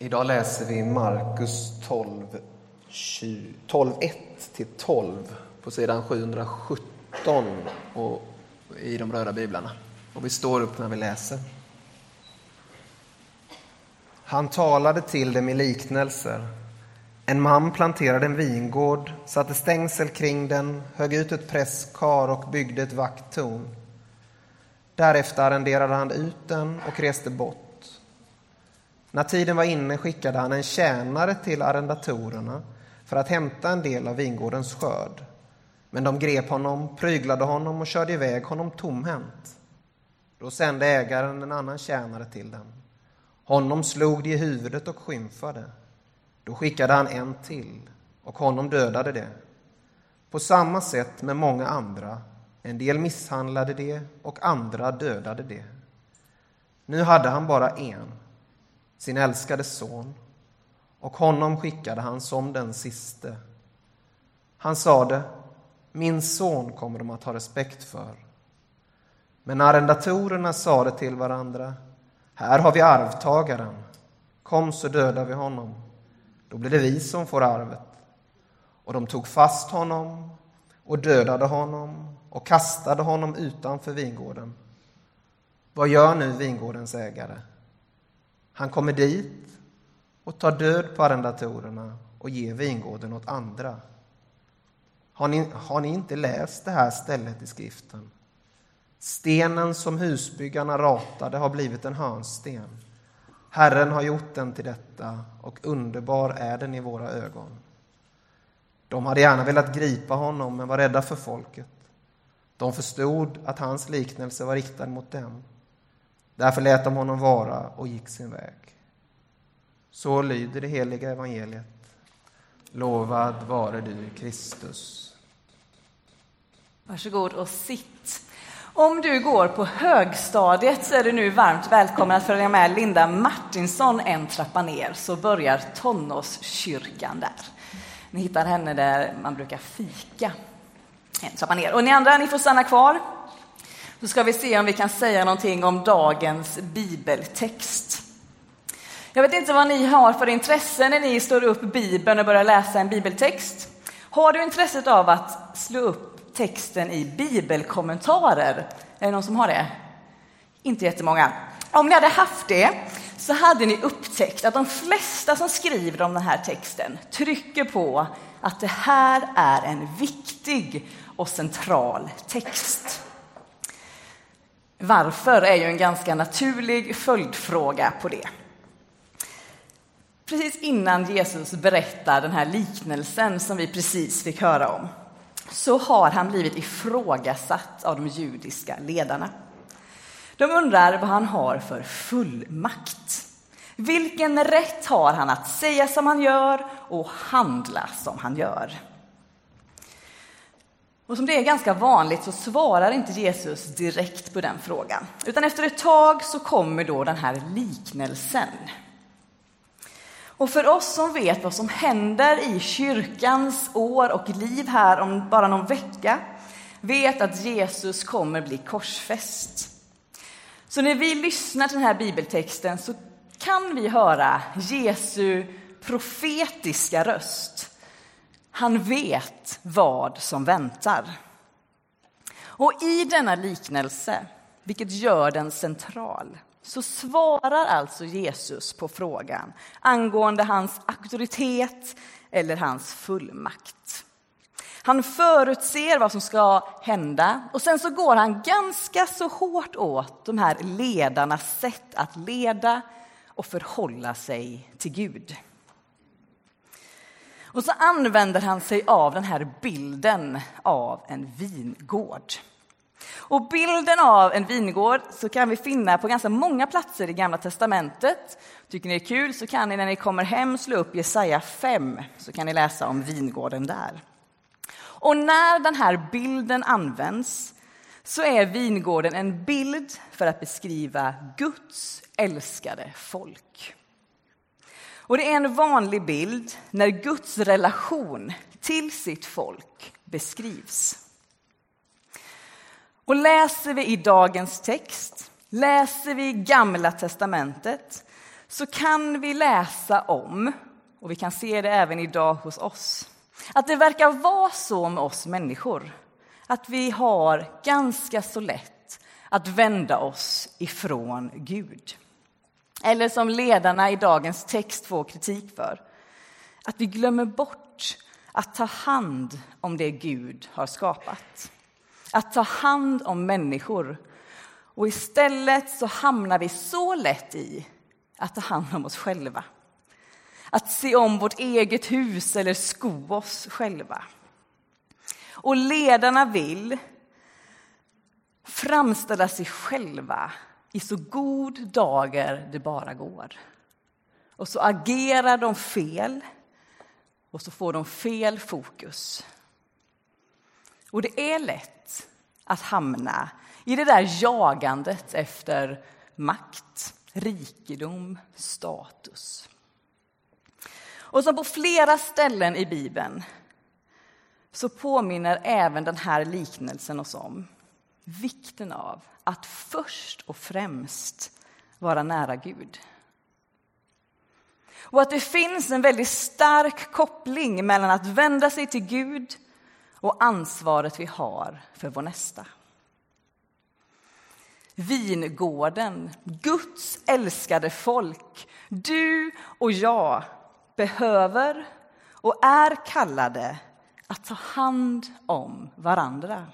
Idag läser vi Markus 12:1-12 på sidan 717 och i de röda biblarna. Och vi står upp när vi läser. Han talade till dem i liknelser. En man planterade en vingård, satte stängsel kring den, högg ut ett presskar och byggde ett vakttorn. Därefter arrenderade han ut den och reste bort. När tiden var inne skickade han en tjänare till arrendatorerna för att hämta en del av vingårdens skörd. Men de grep honom, pryglade honom och körde iväg honom tomhänt. Då sände ägaren en annan tjänare till dem. Honom slog de i huvudet och skymfade. Då skickade han en till och honom dödade det. På samma sätt med många andra. En del misshandlade det och andra dödade det. Nu hade han bara en, sin älskade son, och honom skickade han som den siste. Han sade, min son kommer de att ha respekt för. Men arrendatorerna sade till varandra, här har vi arvtagaren, kom så dödar vi honom, då blir det vi som får arvet. Och de tog fast honom och dödade honom och kastade honom utanför vingården. Vad gör nu vingårdens ägare? Han kommer dit och tar död på arrendatorerna och ger vingården åt andra. Har ni inte läst det här stället i skriften? Stenen som husbyggarna ratade har blivit en hörnsten. Herren har gjort den till detta och underbar är den i våra ögon. De hade gärna velat gripa honom men var rädda för folket. De förstod att hans liknelse var riktad mot dem. Därför lät de honom vara och gick sin väg. Så lyder det heliga evangeliet. Lovad vare du, Kristus. Varsågod och sitt. Om du går på högstadiet så är du nu varmt välkommen att följa med Linda Martinsson en trappa ner. Så börjar tonårskyrkan där. Ni hittar henne där man brukar fika. En trappa ner. Och ni andra, ni får stanna kvar. Så ska vi se om vi kan säga någonting om dagens bibeltext. Jag vet inte vad ni har för intresse när ni slår upp Bibeln och börjar läsa en bibeltext. Har du intresset av att slå upp texten i bibelkommentarer? Är det någon som har det? Inte jättemånga. Om ni hade haft det så hade ni upptäckt att de flesta som skriver om den här texten trycker på att det här är en viktig och central text. Varför är ju en ganska naturlig följdfråga på det. Precis innan Jesus berättar den här liknelsen som vi precis fick höra om, så har han blivit ifrågasatt av de judiska ledarna. De undrar vad han har för fullmakt. Vilken rätt har han att säga som han gör och handla som han gör? Och som det är ganska vanligt så svarar inte Jesus direkt på den frågan. Utan efter ett tag så kommer då den här liknelsen. Och för oss som vet vad som händer i kyrkans år och liv här om bara någon vecka, vet att Jesus kommer bli korsfäst. Så när vi lyssnar till den här bibeltexten så kan vi höra Jesu profetiska röst. Han vet vad som väntar. Och i denna liknelse, vilket gör den central, så svarar alltså Jesus på frågan angående hans auktoritet eller hans fullmakt. Han förutser vad som ska hända och sen så går han ganska så hårt åt de här ledarnas sätt att leda och förhålla sig till Gud. Och så använder han sig av den här bilden av en vingård. Och bilden av en vingård så kan vi finna på ganska många platser i Gamla testamentet. Tycker ni det är kul så kan ni när ni kommer hem slå upp Jesaja 5 så kan ni läsa om vingården där. Och när den här bilden används så är vingården en bild för att beskriva Guds älskade folk. Och det är en vanlig bild när Guds relation till sitt folk beskrivs. Och läser vi i dagens text, läser vi Gamla testamentet, så kan vi läsa om, och vi kan se det även idag hos oss, att det verkar vara så med oss människor att vi har ganska så lätt att vända oss ifrån Gud. Eller som ledarna i dagens text får kritik för, att vi glömmer bort att ta hand om det Gud har skapat. Att ta hand om människor. Och istället så hamnar vi så lätt i att ta hand om oss själva. Att se om vårt eget hus eller sko oss själva. Och ledarna vill framställa sig själva i så god dager det bara går. Och så agerar de fel. Och så får de fel fokus. Och det är lätt att hamna i det där jagandet efter makt, rikedom, status. Och som på flera ställen i Bibeln så påminner även den här liknelsen oss om vikten av att först och främst vara nära Gud. Och att det finns en väldigt stark koppling mellan att vända sig till Gud och ansvaret vi har för vår nästa. Vingården, Guds älskade folk, du och jag behöver och är kallade att ta hand om varandra.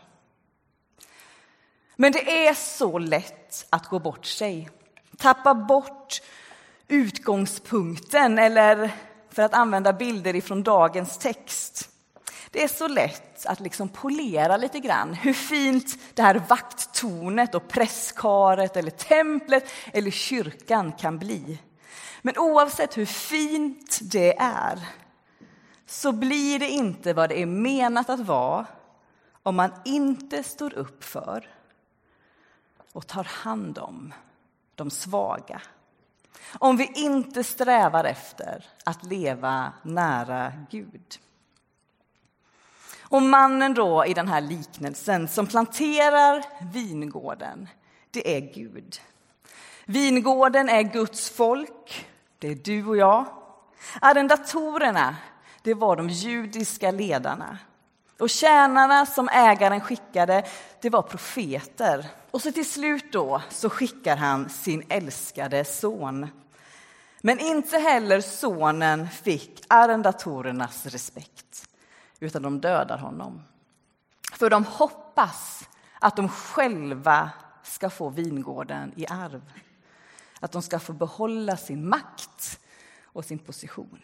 Men det är så lätt att gå bort sig, tappa bort utgångspunkten, eller för att använda bilder ifrån dagens text. Det är så lätt att liksom polera lite grann hur fint det här vakttornet och prästkaret eller templet eller kyrkan kan bli. Men oavsett hur fint det är så blir det inte vad det är menat att vara om man inte står upp för och tar hand om de svaga. Om vi inte strävar efter att leva nära Gud. Och mannen då i den här liknelsen som planterar vingården, det är Gud. Vingården är Guds folk, det är du och jag. Arrendatorerna, det var de judiska ledarna. Och tjänarna som ägaren skickade, det var profeter. Och så till slut då så skickar han sin älskade son. Men inte heller sonen fick arrendatorernas respekt, utan de dödar honom. För de hoppas att de själva ska få vingården i arv. Att de ska få behålla sin makt och sin position.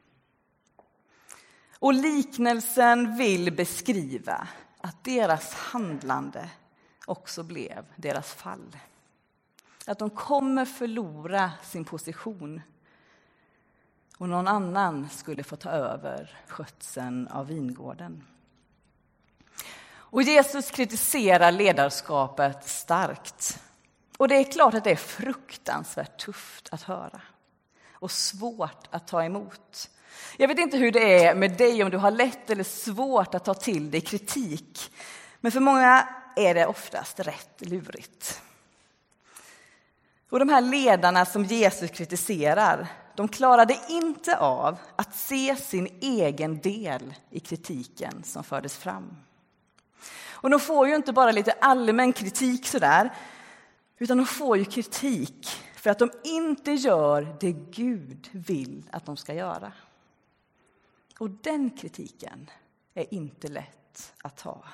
Och liknelsen vill beskriva att deras handlande också blev deras fall. Att de kommer förlora sin position och någon annan skulle få ta över skötseln av vingården. Och Jesus kritiserar ledarskapet starkt. Och det är klart att det är fruktansvärt tufft att höra och svårt att ta emot. Jag vet inte hur det är med dig, om du har lätt eller svårt att ta till dig kritik. Men för många är det oftast rätt lurigt. Och de här ledarna som Jesus kritiserar, de klarade inte av att se sin egen del i kritiken som fördes fram. Och de får ju inte bara lite allmän kritik sådär, utan de får ju kritik för att de inte gör det Gud vill att de ska göra. Och den kritiken är inte lätt att ta.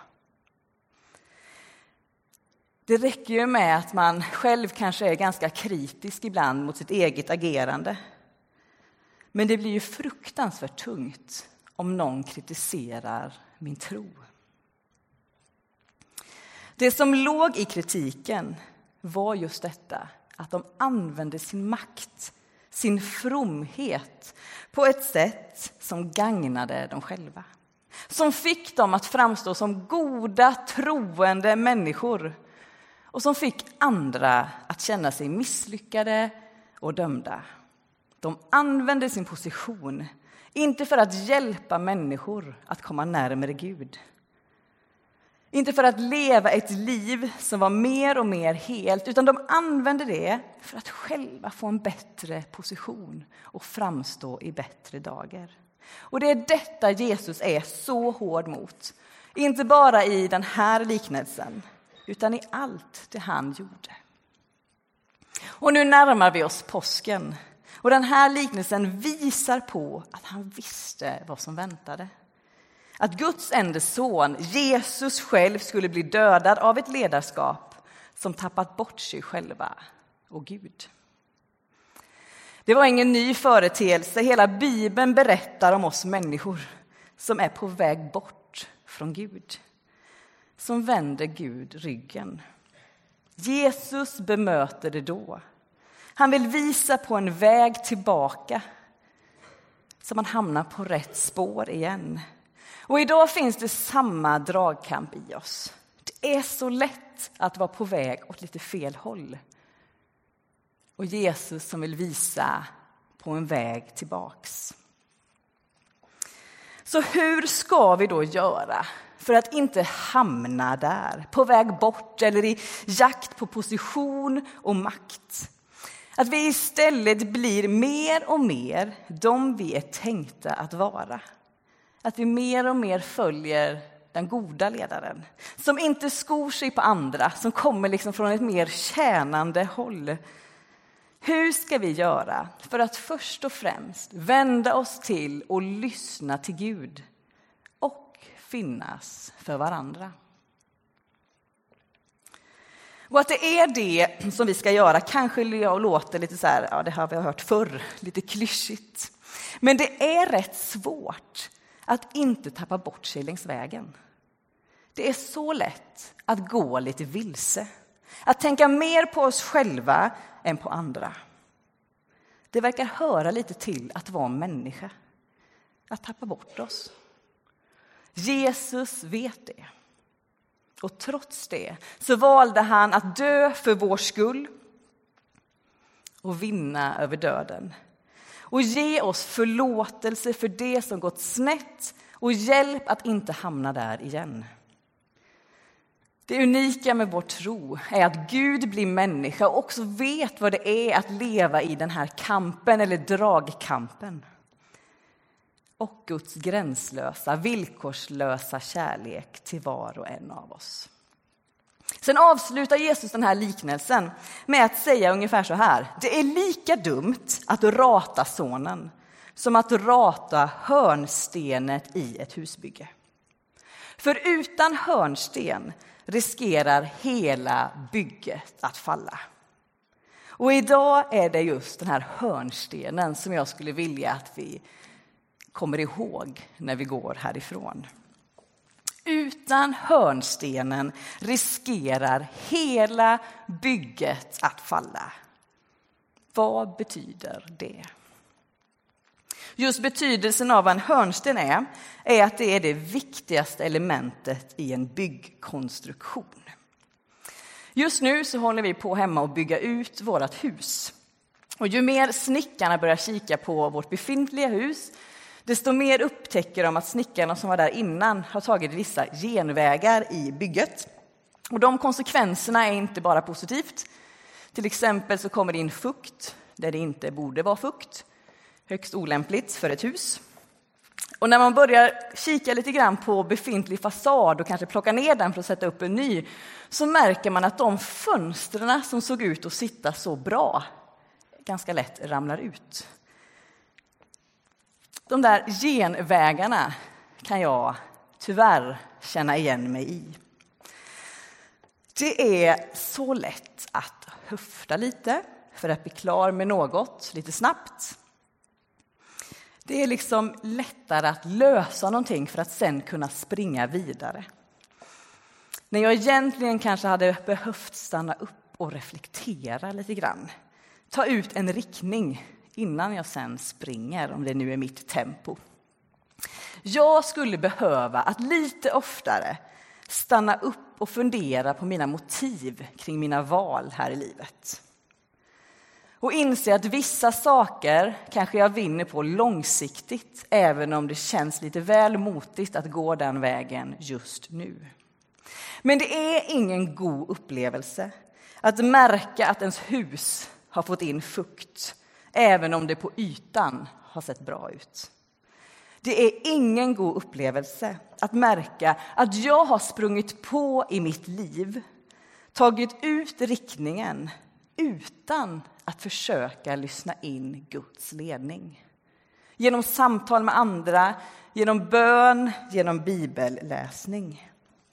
Det räcker ju med att man själv kanske är ganska kritisk ibland mot sitt eget agerande. Men det blir ju fruktansvärt tungt om någon kritiserar min tro. Det som låg i kritiken var just detta, att de använde sin makt, sin fromhet på ett sätt som gagnade dem själva. Som fick dem att framstå som goda, troende människor. Och som fick andra att känna sig misslyckade och dömda. De använde sin position, inte för att hjälpa människor att komma närmare Gud. Inte för att leva ett liv som var mer och mer helt, utan de använde det för att själva få en bättre position och framstå i bättre dagar. Och det är detta Jesus är så hård mot. Inte bara i den här liknelsen, utan i allt det han gjorde. Och nu närmar vi oss påsken. Och den här liknelsen visar på att han visste vad som väntade. Att Guds enda son, Jesus själv, skulle bli dödad av ett ledarskap som tappat bort sig själva och Gud. Det var ingen ny företeelse. Hela Bibeln berättar om oss människor som är på väg bort från Gud. Som vänder Gud ryggen. Jesus bemöter det då. Han vill visa på en väg tillbaka så man hamnar på rätt spår igen. Och idag finns det samma dragkamp i oss. Det är så lätt att vara på väg åt lite fel håll. Och Jesus som vill visa på en väg tillbaks. Så hur ska vi då göra för att inte hamna där, på väg bort eller i jakt på position och makt? Att vi istället blir mer och mer de vi är tänkta att vara. Att vi mer och mer följer den goda ledaren. Som inte skor sig på andra, som kommer liksom från ett mer tjänande håll. Hur ska vi göra för att först och främst vända oss till och lyssna till Gud och finnas för varandra? Och att det är det som vi ska göra kanske låter lite så här, ja det har vi hört förr, lite klyschigt. Men det är rätt svårt att inte tappa bort sig längs vägen. Det är så lätt att gå lite vilse. Att tänka mer på oss själva än på andra. Det verkar höra lite till att vara människa. Att tappa bort oss. Jesus vet det. Och trots det så valde han att dö för vår skull. Och vinna över döden. Och ge oss förlåtelse för det som gått snett. Och hjälp att inte hamna där igen. Det unika med vår tro är att Gud blir människa och också vet vad det är att leva i den här kampen eller dragkampen. Och Guds gränslösa, villkorslösa kärlek till var och en av oss. Sen avslutar Jesus den här liknelsen med att säga ungefär så här. Det är lika dumt att rata sonen som att rata hörnstenet i ett husbygge. För utan hörnsten riskerar hela bygget att falla. Och idag är det just den här hörnstenen som jag skulle vilja att vi kommer ihåg när vi går härifrån. Utan hörnstenen riskerar hela bygget att falla. Vad betyder det? Just betydelsen av en hörnsten är att det är det viktigaste elementet i en byggkonstruktion. Just nu så håller vi på hemma och bygga ut vårt hus. Och ju mer snickarna börjar kika på vårt befintliga hus, desto mer upptäcker de att snickarna som var där innan har tagit vissa genvägar i bygget. Och de konsekvenserna är inte bara positivt. Till exempel så kommer det in fukt där det inte borde vara fukt. Högst olämpligt för ett hus. Och när man börjar kika lite grann på befintlig fasad och kanske plocka ner den för att sätta upp en ny, så märker man att de fönsterna som såg ut att sitta så bra ganska lätt ramlar ut. De där genvägarna kan jag tyvärr känna igen mig i. Det är så lätt att höfta lite för att bli klar med något lite snabbt. Det är liksom lättare att lösa någonting för att sen kunna springa vidare. När jag egentligen kanske hade behövt stanna upp och reflektera lite grann. Ta ut en riktning innan jag sen springer, om det nu är mitt tempo. Jag skulle behöva att lite oftare stanna upp och fundera på mina motiv kring mina val här i livet. Och inse att vissa saker kanske jag vinner på långsiktigt, även om det känns lite väl motigt att gå den vägen just nu. Men det är ingen god upplevelse att märka att ens hus har fått in fukt, även om det på ytan har sett bra ut. Det är ingen god upplevelse att märka att jag har sprungit på i mitt liv, tagit ut riktningen utan att försöka lyssna in Guds ledning. Genom samtal med andra, genom bön, genom bibelläsning.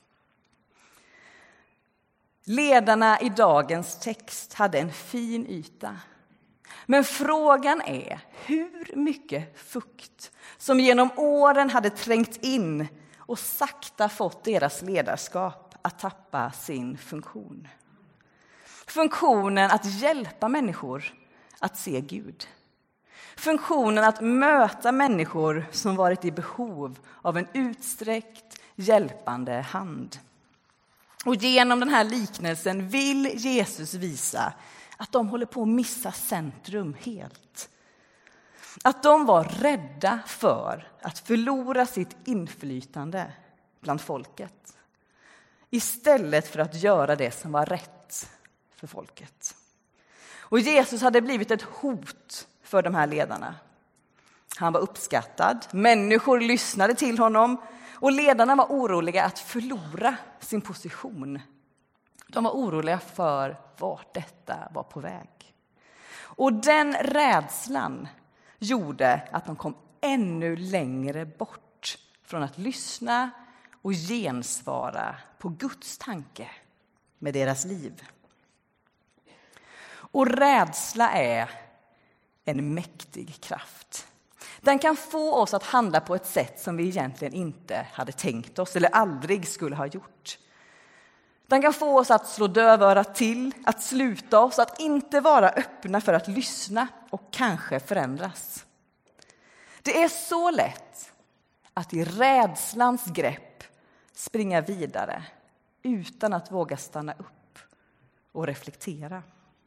Ledarna i dagens text hade en fin yta. Men frågan är hur mycket fukt som genom åren hade trängt in och sakta fått deras ledarskap att tappa sin funktion. Funktionen att hjälpa människor att se Gud. Funktionen att möta människor som varit i behov av en utsträckt, hjälpande hand. Och genom den här liknelsen vill Jesus visa att de håller på att missa centrum helt. Att de var rädda för att förlora sitt inflytande bland folket. Istället för att göra det som var rätt för folket. Och Jesus hade blivit ett hot för de här ledarna. Han var uppskattad, människor lyssnade till honom och ledarna var oroliga att förlora sin position. De var oroliga för vart detta var på väg. Och den rädslan gjorde att de kom ännu längre bort från att lyssna och gensvara på Guds tanke med deras liv. Och rädsla är en mäktig kraft. Den kan få oss att handla på ett sätt som vi egentligen inte hade tänkt oss eller aldrig skulle ha gjort. Den kan få oss att slå dövörat till, att sluta oss, att inte vara öppna för att lyssna och kanske förändras. Det är så lätt att i rädslans grepp springa vidare utan att våga stanna upp och reflektera.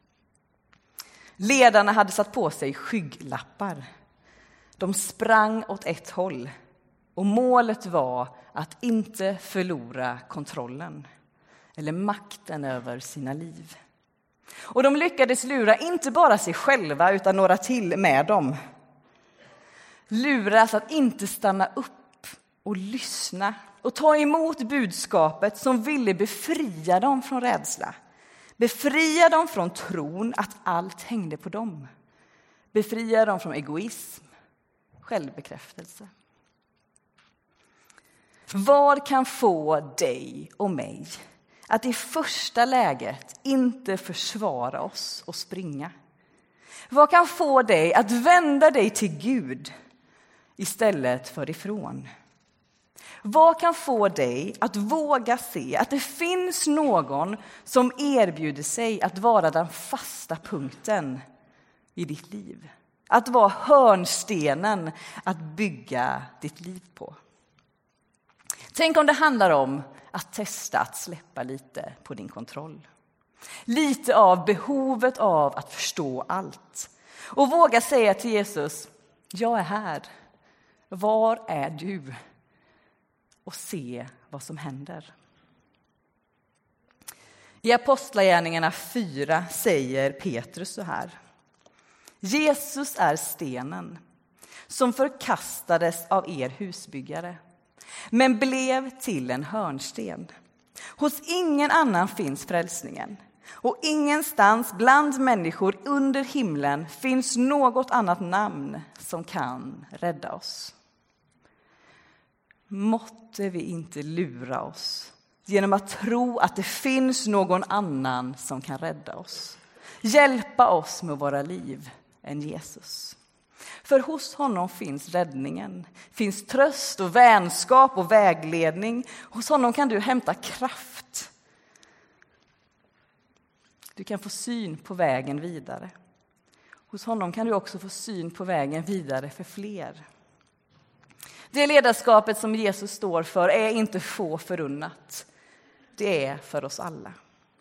Ledarna hade satt på sig skygglappar. De sprang åt ett håll och målet var att inte förlora kontrollen eller makten över sina liv. Och de lyckades lura inte bara sig själva utan några till med dem. Luras att inte stanna upp och lyssna och ta emot budskapet som ville befria dem från rädsla. Befria dem från tron att allt hängde på dem. Befria dem från egoism, självbekräftelse. Vad kan få dig och mig att i första läget inte försvara oss och springa? Vad kan få dig att vända dig till Gud istället för ifrån? Vad kan få dig att våga se att det finns någon som erbjuder sig att vara den fasta punkten i ditt liv? Att vara hörnstenen att bygga ditt liv på. Tänk om det handlar om att testa att släppa lite på din kontroll. Lite av behovet av att förstå allt. Och våga säga till Jesus, jag är här. Var är du? Och se vad som händer. I Apostlagärningarna 4 säger Petrus så här. Jesus är stenen som förkastades av er husbyggare, men blev till en hörnsten. Hos ingen annan finns frälsningen, och ingenstans bland människor under himlen finns något annat namn som kan rädda oss. Måtte vi inte lura oss genom att tro att det finns någon annan som kan rädda oss, hjälpa oss med våra liv än Jesus. För hos honom finns räddningen, finns tröst och vänskap och vägledning. Hos honom kan du hämta kraft. Du kan få syn på vägen vidare. Hos honom kan du också få syn på vägen vidare för fler. Det ledarskapet som Jesus står för är inte få förunnat. Det är för oss alla.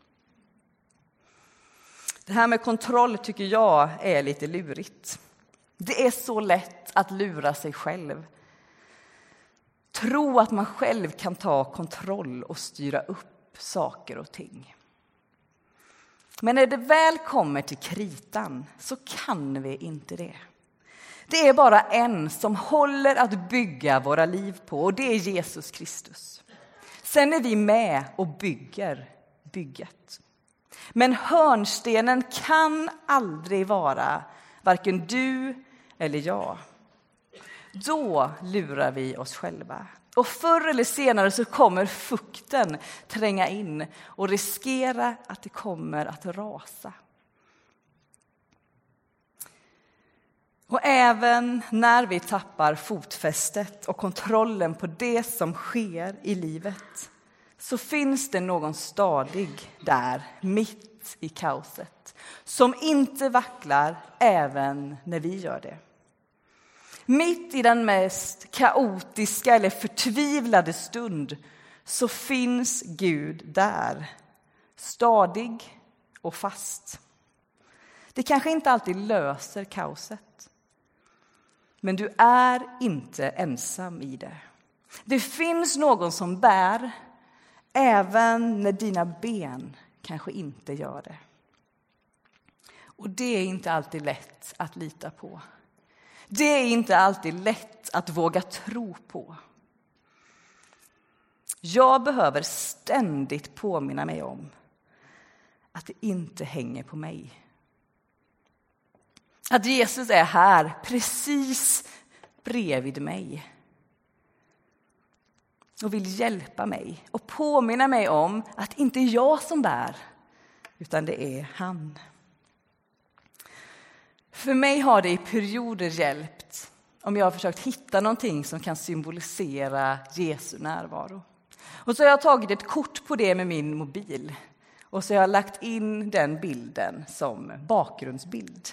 Det här med kontroll tycker jag är lite lurigt. Det är så lätt att lura sig själv. Tro att man själv kan ta kontroll och styra upp saker och ting. Men när det väl kommer till kritan så kan vi inte det. Det är bara en som håller att bygga våra liv på, och det är Jesus Kristus. Sen är vi med och bygger bygget. Men hörnstenen kan aldrig vara varken du eller jag. Då lurar vi oss själva. Och förr eller senare så kommer fukten tränga in och riskera att det kommer att rasa. Och även när vi tappar fotfästet och kontrollen på det som sker i livet så finns det någon stadig där mitt i kaoset som inte vacklar även när vi gör det. Mitt i den mest kaotiska eller förtvivlade stund så finns Gud där, stadig och fast. Det kanske inte alltid löser kaoset, men du är inte ensam i det. Det finns någon som bär, även när dina ben kanske inte gör det. Och det är inte alltid lätt att lita på. Det är inte alltid lätt att våga tro på. Jag behöver ständigt påminna mig om att det inte hänger på mig. Att Jesus är här, precis bredvid mig. Och vill hjälpa mig och påminna mig om att inte jag som bär, utan det är han. För mig har det i perioder hjälpt om jag har försökt hitta någonting som kan symbolisera Jesu närvaro. Och så har jag tagit ett kort på det med min mobil. Och så har jag lagt in den bilden som bakgrundsbild.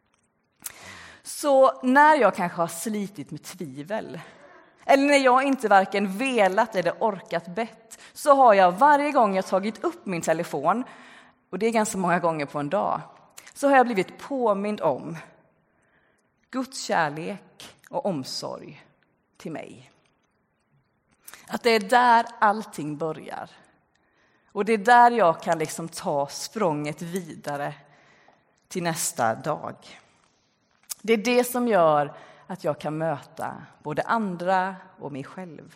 Så när jag kanske har slitit med tvivel, eller när jag inte varken velat eller orkat bett, så har jag varje gång jag tagit upp min telefon, och det är ganska många gånger på en dag, så har jag blivit påmind om Guds kärlek och omsorg till mig. Att det är där allting börjar. Och det är där jag kan liksom ta språnget vidare till nästa dag. Det är det som gör att jag kan möta både andra och mig själv.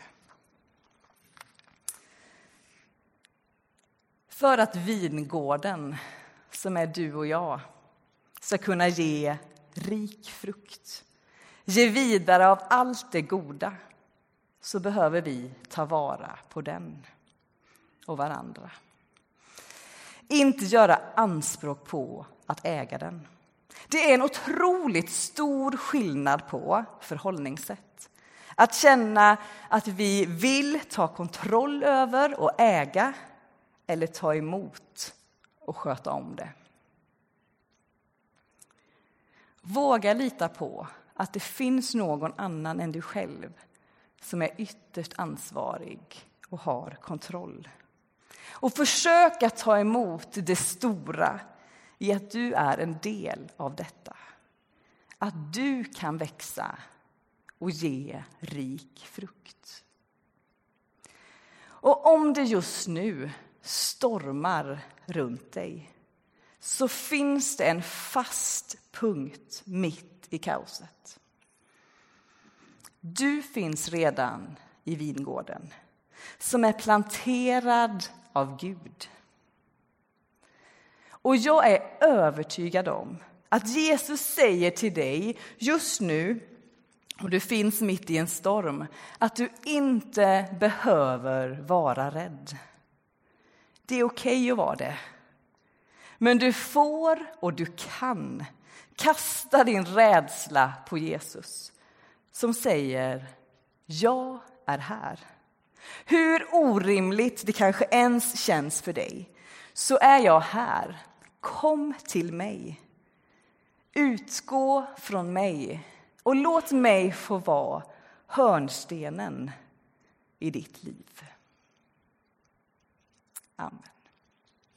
För att vingården, som är du och jag, ska kunna ge rik frukt, ge vidare av allt det goda, så behöver vi ta vara på den och varandra. Inte göra anspråk på att äga den. Det är en otroligt stor skillnad på förhållningssätt. Att känna att vi vill ta kontroll över och äga, eller ta emot och sköta om det. Våga lita på att det finns någon annan än du själv som är ytterst ansvarig och har kontroll. Och försök att ta emot det stora i att du är en del av detta. Att du kan växa och ge rik frukt. Och om det just nu stormar runt dig, så finns det en fast punkt mitt i kaoset. Du finns redan i vingården som är planterad av Gud. Och jag är övertygad om att Jesus säger till dig just nu, och du finns mitt i en storm, att du inte behöver vara rädd. Det är okej att vara det. Men du får och du kan kasta din rädsla på Jesus, som säger: jag är här. Hur orimligt det kanske ens känns för dig, så är jag här. Kom till mig. Utgå från mig och låt mig få vara hörnstenen i ditt liv. Amen.